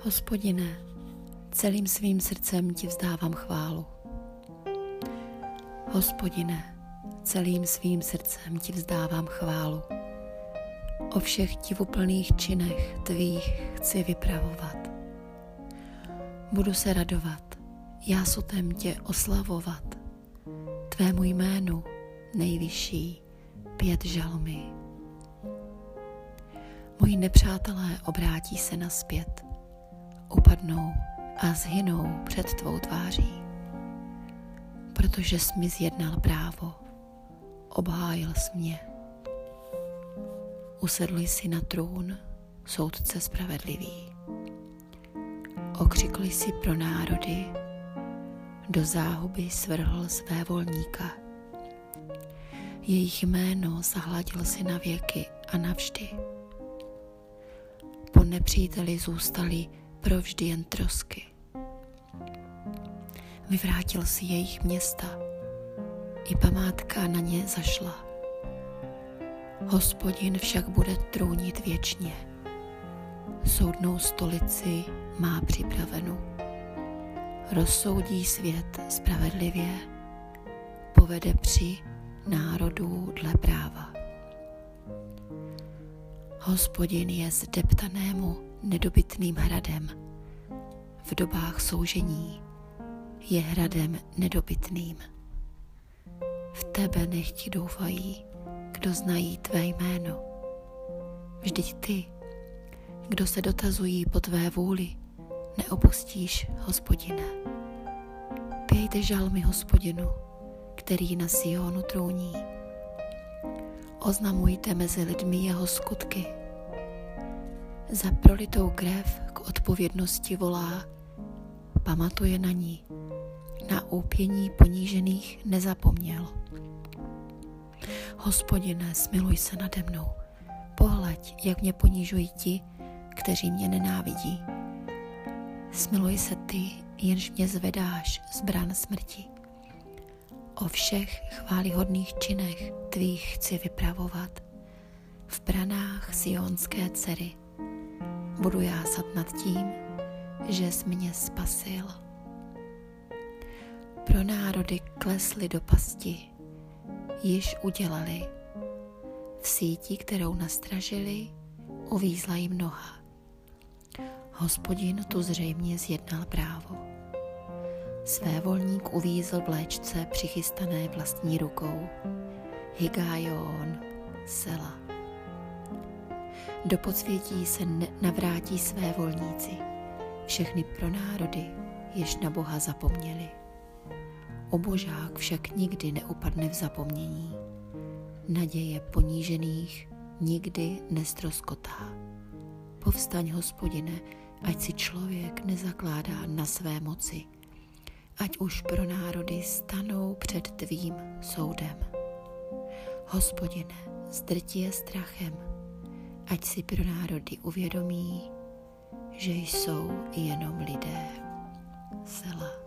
Hospodine, celým svým srdcem ti vzdávám chválu. Hospodine, celým svým srdcem ti vzdávám chválu. O všech divuplných činech tvých chci vypravovat. Budu se radovat, jásotem tě oslavovat, tvému jménu nejvyšší 5 žalmy. Moji nepřátelé obrátí se nazpět, upadnou a zhynou před tvou tváří, protože jsi mi zjednal právo, obhájil jsi mě. Usedl jsi na trůn, soudce spravedlivý. Okřikl jsi pro národy, do záhuby svrhl své volníka. Jejich jméno zahladil si na věky a navždy. Po nepříteli zůstaly provždy jen trosky. Vyvrátil si jejich města, i památka na ně zašla. Hospodin však bude trůnit věčně, soudnou stolici má připravenou. Rozsoudí svět spravedlivě, povede při národů dle práva. Hospodin je zdeptanému nedobytným hradem, v dobách soužení je hradem nedobytným. V tebe nechť doufají, kdo znají tvé jméno. Vždyť ty, kdo se dotazují po tvé vůli, neopustíš, Hospodine. Pějte žalmy Hospodinu, který na Sionu trůní. Oznamujte mezi lidmi jeho skutky. Za prolitou krev k odpovědnosti volá, pamatuje na ní, na úpění ponížených nezapomněl. Hospodine, smiluj se nade mnou, pohleď, jak mě ponižují ti, kteří mě nenávidí. Smiluj se ty, jenž mě zvedáš z bran smrti. O všech chvályhodných činech tvých chci vypravovat. V branách sionské dcery budu jásat nad tím, že jsi mě spasil. Pro národy klesli do pasti, již udělali. V síti, kterou nastražili, uvízla jim noha. Hospodin tu zřejmě zjednal právo. Svévolník uvízl v léčce přichystané vlastní rukou. Higajon, Sela. Do podsvětí se navrátí své volníci, všechny pro národy, jež na Boha zapomněli. Obožák však nikdy neupadne v zapomnění. Naděje ponížených nikdy neztroskotá. Povstaň, Hospodine, ať si člověk nezakládá na své moci, ať už pro národy stanou před tvým soudem. Hospodine, zdrť je strachem, ať si pro národy uvědomí, že jsou jenom lidé. Sela.